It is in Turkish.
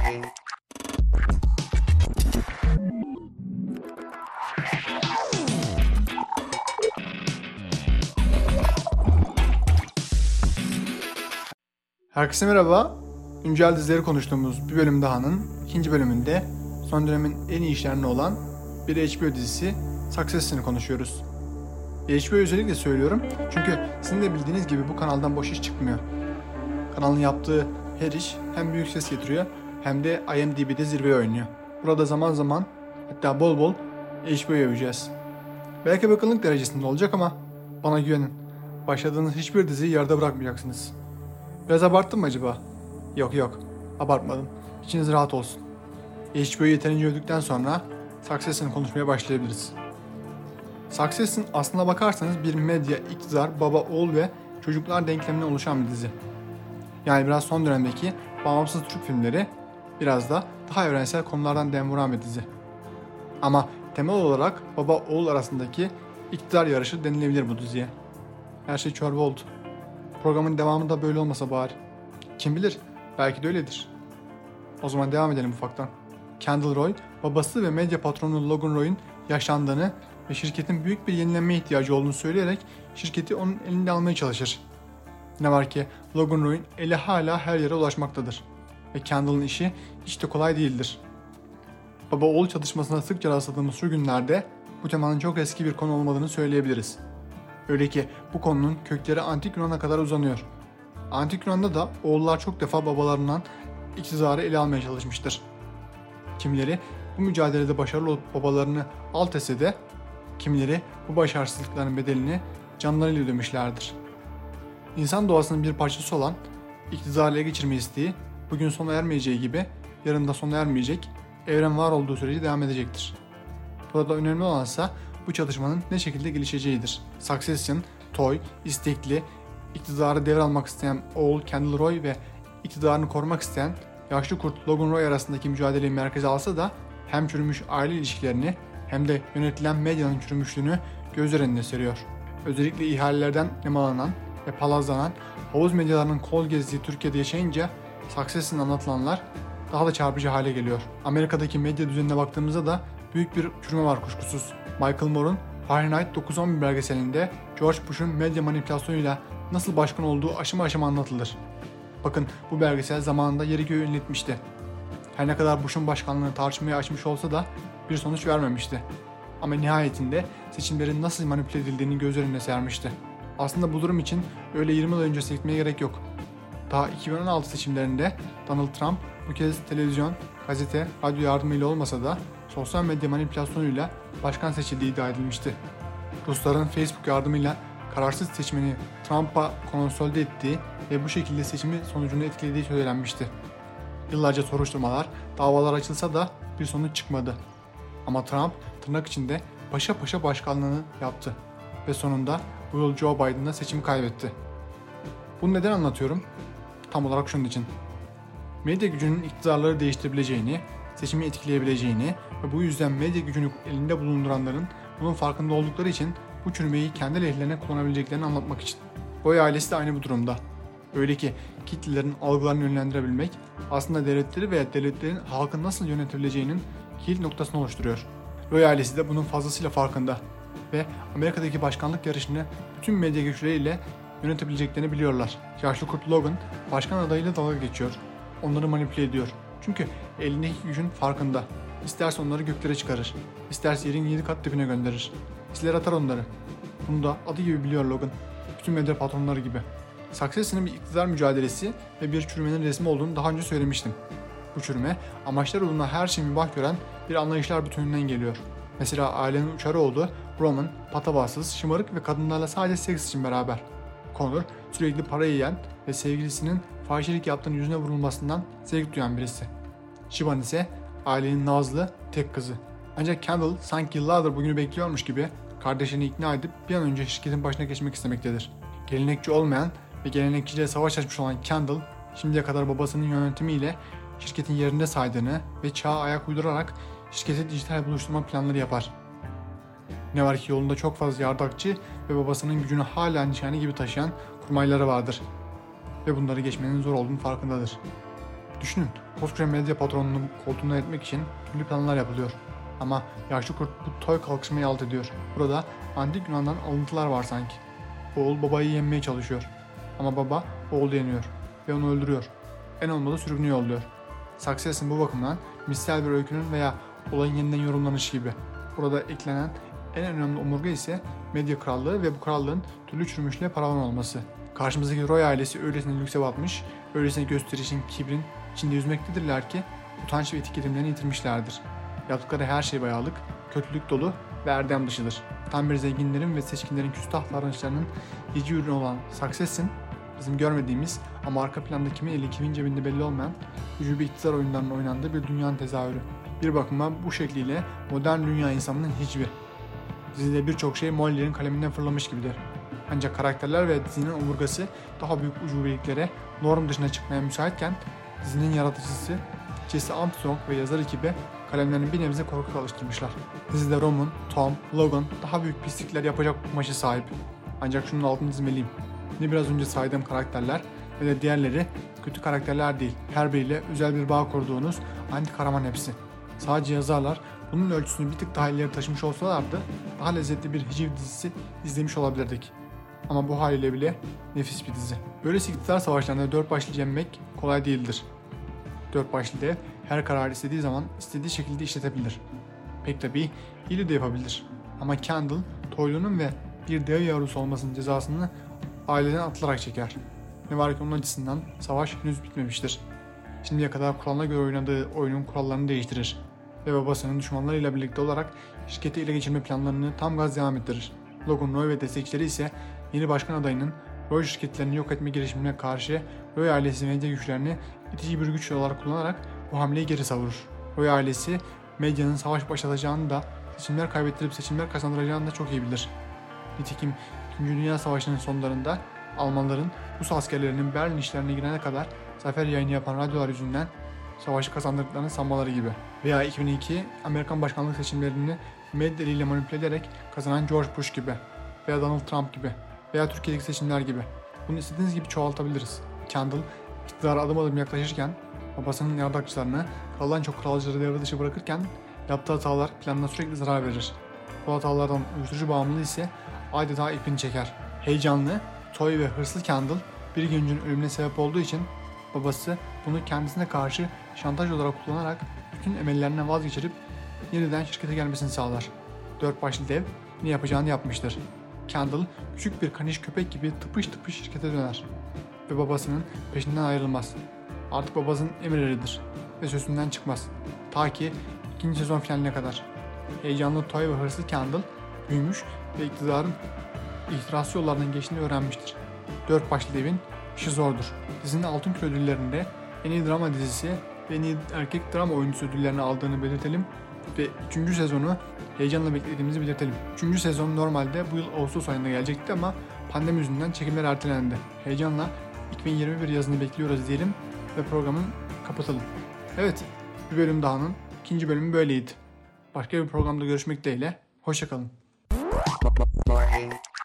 Herkese merhaba. Güncel dizileri konuştuğumuz bir bölüm dahanın ikinci bölümünde son dönemin en iyi işlerinden olan bir HBO dizisi Succession'ı konuşuyoruz. HBO özellikle söylüyorum çünkü sizin de bildiğiniz gibi bu kanaldan boş iş çıkmıyor. Kanalın yaptığı her iş hem büyük ses getiriyor hem de IMDb'de zirveye oynuyor. Burada zaman zaman hatta bol bol HBO'yu öveceğiz. Belki bakımlık derecesinde olacak ama bana güvenin. Başladığınız hiçbir diziyi yarıda bırakmayacaksınız. Biraz abarttım mı acaba? Yok, abartmadım. İçiniz rahat olsun. HBO'yu yeterince övdükten sonra Succession'ı konuşmaya başlayabiliriz. Succession aslına bakarsanız bir medya, iktidar, baba, oğul ve çocuklar denkleminden oluşan bir dizi. Yani biraz son dönemdeki bağımsız Türk filmleri, biraz da daha evrensel konulardan dem vuran bir dizi. Ama temel olarak baba oğul arasındaki iktidar yarışı denilebilir bu diziye. Her şey çorba oldu. Programın devamı da böyle olmasa bari. Kim bilir, belki de öyledir. O zaman devam edelim ufaktan. Kendall Roy, babası ve medya patronu Logan Roy'un yaşlandığını ve şirketin büyük bir yenilenmeye ihtiyacı olduğunu söyleyerek şirketi onun elinde almaya çalışır. Ne var ki Logan Roy'un eli hala her yere ulaşmaktadır ve Kendall'ın işi hiç de kolay değildir. Baba oğul çatışmasına sıkça rastladığımız şu günlerde bu temanın çok eski bir konu olmadığını söyleyebiliriz. Öyle ki bu konunun kökleri Antik Yunan'a kadar uzanıyor. Antik Yunan'da da oğullar çok defa babalarından iktidarı ele almaya çalışmıştır. Kimileri bu mücadelede başarılı olup babalarını alt etse de kimileri bu başarısızlıkların bedelini canlarıyla ödemişlerdir. İnsan doğasının bir parçası olan iktidarı ele geçirme isteği bugün sona ermeyeceği gibi yarın da sona ermeyecek, evren var olduğu sürece devam edecektir. Burada önemli olansa bu çatışmanın ne şekilde gelişeceğidir. Succession, Toy, istekli, iktidarı devralmak isteyen oğul Kendall Roy ve iktidarını korumak isteyen yaşlı kurt Logan Roy arasındaki mücadeleyi merkeze alsa da hem çürümüş aile ilişkilerini hem de yönetilen medyanın çürümüşlüğünü gözler önüne seriyor. Özellikle ihalelerden nemalanan ve palazlanan havuz medyalarının kol gezdiği Türkiye'de yaşayınca Succession'da anlatılanlar daha da çarpıcı hale geliyor. Amerika'daki medya düzenine baktığımızda da büyük bir çürüme var kuşkusuz. Michael Moore'un Fahrenheit 9/11 belgeselinde George Bush'un medya manipülasyonuyla nasıl başkan olduğu aşama aşama anlatılır. Bakın bu belgesel zamanında yeri göğü inletmişti. Her ne kadar Bush'un başkanlığını tartışmaya açmış olsa da bir sonuç vermemişti. Ama nihayetinde seçimlerin nasıl manipüle edildiğini göz önüne sermişti. Aslında bu durum için öyle 20 yıl öncesine gitmeye gerek yok. Daha 2016 seçimlerinde Donald Trump bu kez televizyon, gazete, radyo yardımıyla olmasa da sosyal medya manipülasyonuyla başkan seçildiği iddia edilmişti. Rusların Facebook yardımıyla kararsız seçmeni Trump'a konsolide ettiği ve bu şekilde seçimi sonucunu etkilediği söylenmişti. Yıllarca soruşturmalar, davalar açılsa da bir sonuç çıkmadı. Ama Trump tırnak içinde paşa paşa başkanlığını yaptı ve sonunda bu yıl Joe Biden'la seçimi kaybetti. Bunu neden anlatıyorum? Tam olarak şunun için. Medya gücünün iktidarları değiştirebileceğini, seçimi etkileyebileceğini ve bu yüzden medya gücünü elinde bulunduranların bunun farkında oldukları için bu çürümeyi kendi lehlerine kullanabileceklerini anlatmak için. Roy ailesi de aynı bu durumda. Öyle ki kitlelerin algılarını yönlendirebilmek aslında devletleri veya devletlerin halkı nasıl yönetebileceğinin kilit noktasını oluşturuyor. Roy ailesi de bunun fazlasıyla farkında ve Amerika'daki başkanlık yarışını bütün medya güçleriyle yönetebileceklerini biliyorlar. Yaşlı kurt Logan başkan adayıyla dalga geçiyor. Onları manipüle ediyor. Çünkü elindeki gücün farkında. İsterse onları göklere çıkarır. İsterse yerin 7 kat dibine gönderir. İzler atar onları. Bunu da adı gibi biliyor Logan. Bütün medya patronları gibi. Succession'ın bir iktidar mücadelesi ve bir çürümenin resmi olduğunu daha önce söylemiştim. Bu çürüme amaçlar uğruna her şeyi mübah gören bir anlayışlar bütününden geliyor. Mesela ailenin uçarı oğlu Roman, patavatsız, şımarık ve kadınlarla sadece seks için beraber. Connor sürekli para yiyen ve sevgilisinin fahişelik yaptığının yüzüne vurulmasından zevk duyan birisi. Siobhan ise ailenin nazlı tek kızı. Ancak Kendall sanki yıllardır bugünü bekliyormuş gibi kardeşini ikna edip bir an önce şirketin başına geçmek istemektedir. Gelenekçi olmayan ve gelenekçiyle savaş açmış olan Kendall, şimdiye kadar babasının yönetimiyle şirketin yerinde saydığını ve çağa ayak uydurarak şirketi dijital buluşturma planları yapar. Ne var ki yolunda çok fazla yardakçı ve babasının gücünü hala nişani gibi taşıyan kurmayları vardır. Ve bunları geçmenin zor olduğunu farkındadır. Düşünün, Koskoca medya patronunun koltuğuna etmek için türlü planlar yapılıyor. Ama yaşlı kurt bu toy kalkışmayı alt ediyor. Burada antik Yunan'dan alıntılar var sanki. Oğul babayı yenmeye çalışıyor. Ama baba oğlu yeniyor ve onu öldürüyor. En olmadı sürgünü yolluyor. Succession bu bakımdan misal bir öykünün veya olayın yeniden yorumlanışı gibi. Burada eklenen en önemli omurga ise medya krallığı ve bu krallığın türlü çürümüşle paravan olması. Karşımızdaki Roy ailesi öylesine lükse batmış, öylesine gösterişin, kibrin içinde yüzmektedirler ki utanç ve etik edimlerini yitirmişlerdir. Yaptıkları her şey bayağılık, kötülük dolu ve erdem dışıdır. Tam bir zenginlerin ve seçkinlerin küstah davranışlarının yici ürünü olan Succession, bizim görmediğimiz ama arka planda kimin eli kimin cebinde belli olmayan ucube iktidar oyunlarının oynandığı bir dünyanın tezahürü. Bir bakıma bu şekliyle modern dünya insanının hiçbir. Dizide birçok şey Molly'lerin kaleminden fırlamış gibidir. Ancak karakterler ve dizinin omurgası daha büyük ucubeliklere, norm dışına çıkmaya müsaitken dizinin yaratıcısı Jesse Armstrong ve yazar ekibi kalemlerini bir nebze korkak alıştırmışlar. Dizide Roman, Tom, Logan daha büyük pislikler yapacak kumaşı sahip. Ancak şunun altını çizmeliyim. Ne biraz önce saydığım karakterler ve de diğerleri kötü karakterler değil. Her biriyle özel bir bağ kurduğunuz anti kahraman hepsi. Sadece yazarlar bunun ölçüsünü bir tık daha ileri taşımış olsalardı daha lezzetli bir hiciv dizisi izlemiş olabilirdik. Ama bu haliyle bile nefis bir dizi. Böylesi iktidar savaşlarında dört başlı yenmek kolay değildir. Dört başlı dev her kararı istediği zaman istediği şekilde işletebilir. Pek tabii hile de yapabilir. Ama Candle, toylunun ve bir dev yavrusu olmasının cezasını aileden atılarak çeker. Ne var ki onun açısından savaş henüz bitmemiştir. Şimdiye kadar kuralına göre oynadığı oyunun kurallarını değiştirir ve babasının düşmanlarıyla birlikte olarak şirketi ele geçirme planlarını tam gaz devam ettirir. Logan Roy ve destekçileri ise yeni başkan adayının Roy şirketlerini yok etme girişimine karşı Roy ailesi medya güçlerini itici bir güç olarak kullanarak bu hamleyi geri savurur. Roy ailesi medyanın savaş başlatacağını da seçimler kaybettirip seçimler kazandıracağını da çok iyi bilir. Nitekim 2. Dünya Savaşı'nın sonlarında Almanların Rus askerlerinin Berlin işlerine girene kadar zafer yayını yapan radyolar yüzünden savaşı kazandıklarını sanmaları gibi. Veya 2002 Amerikan başkanlık seçimlerini medya ile manipüle ederek kazanan George Bush gibi. Veya Donald Trump gibi. Veya Türkiye'deki seçimler gibi. Bunu istediğiniz gibi çoğaltabiliriz. Candle iktidara adım adım yaklaşırken babasının yardakçılarını kraldan çok kralcıları devre dışı bırakırken yaptığı hatalar planına sürekli zarar verir. Bu hatalardan uyuşturucu bağımlılığı ise adeta ipini çeker. Heyecanlı, toy ve hırslı Candle bir gencin ölümüne sebep olduğu için babası bunu kendisine karşı şantaj olarak kullanarak bütün emellerinden vazgeçirip yeniden şirkete gelmesini sağlar. Dört başlı dev ne yapacağını yapmıştır. Candle küçük bir kaniş köpek gibi tıpış tıpış şirkete döner ve babasının peşinden ayrılmaz. Artık babasının emirleridir ve sözünden çıkmaz. Ta ki 2. sezon finaline kadar. Heyecanlı toy ve hırslı Candle büyümüş ve iktidarın ihtirası yollarından geçtiğini öğrenmiştir. Dört başlı devin işi zordur. Dizinin Altın Küre ödüllerinde en iyi drama dizisi ve en iyi erkek drama oyuncusu ödüllerini aldığını belirtelim ve 3. sezonu heyecanla beklediğimizi belirtelim. 3. sezon normalde bu yıl Ağustos ayında gelecekti ama pandemi yüzünden çekimler ertelendi. Heyecanla 2021 yazını bekliyoruz diyelim ve programı kapatalım. Evet, bir bölüm dahanın ikinci bölümü böyleydi. Başka bir programda görüşmek dileğiyle, hoşça kalın.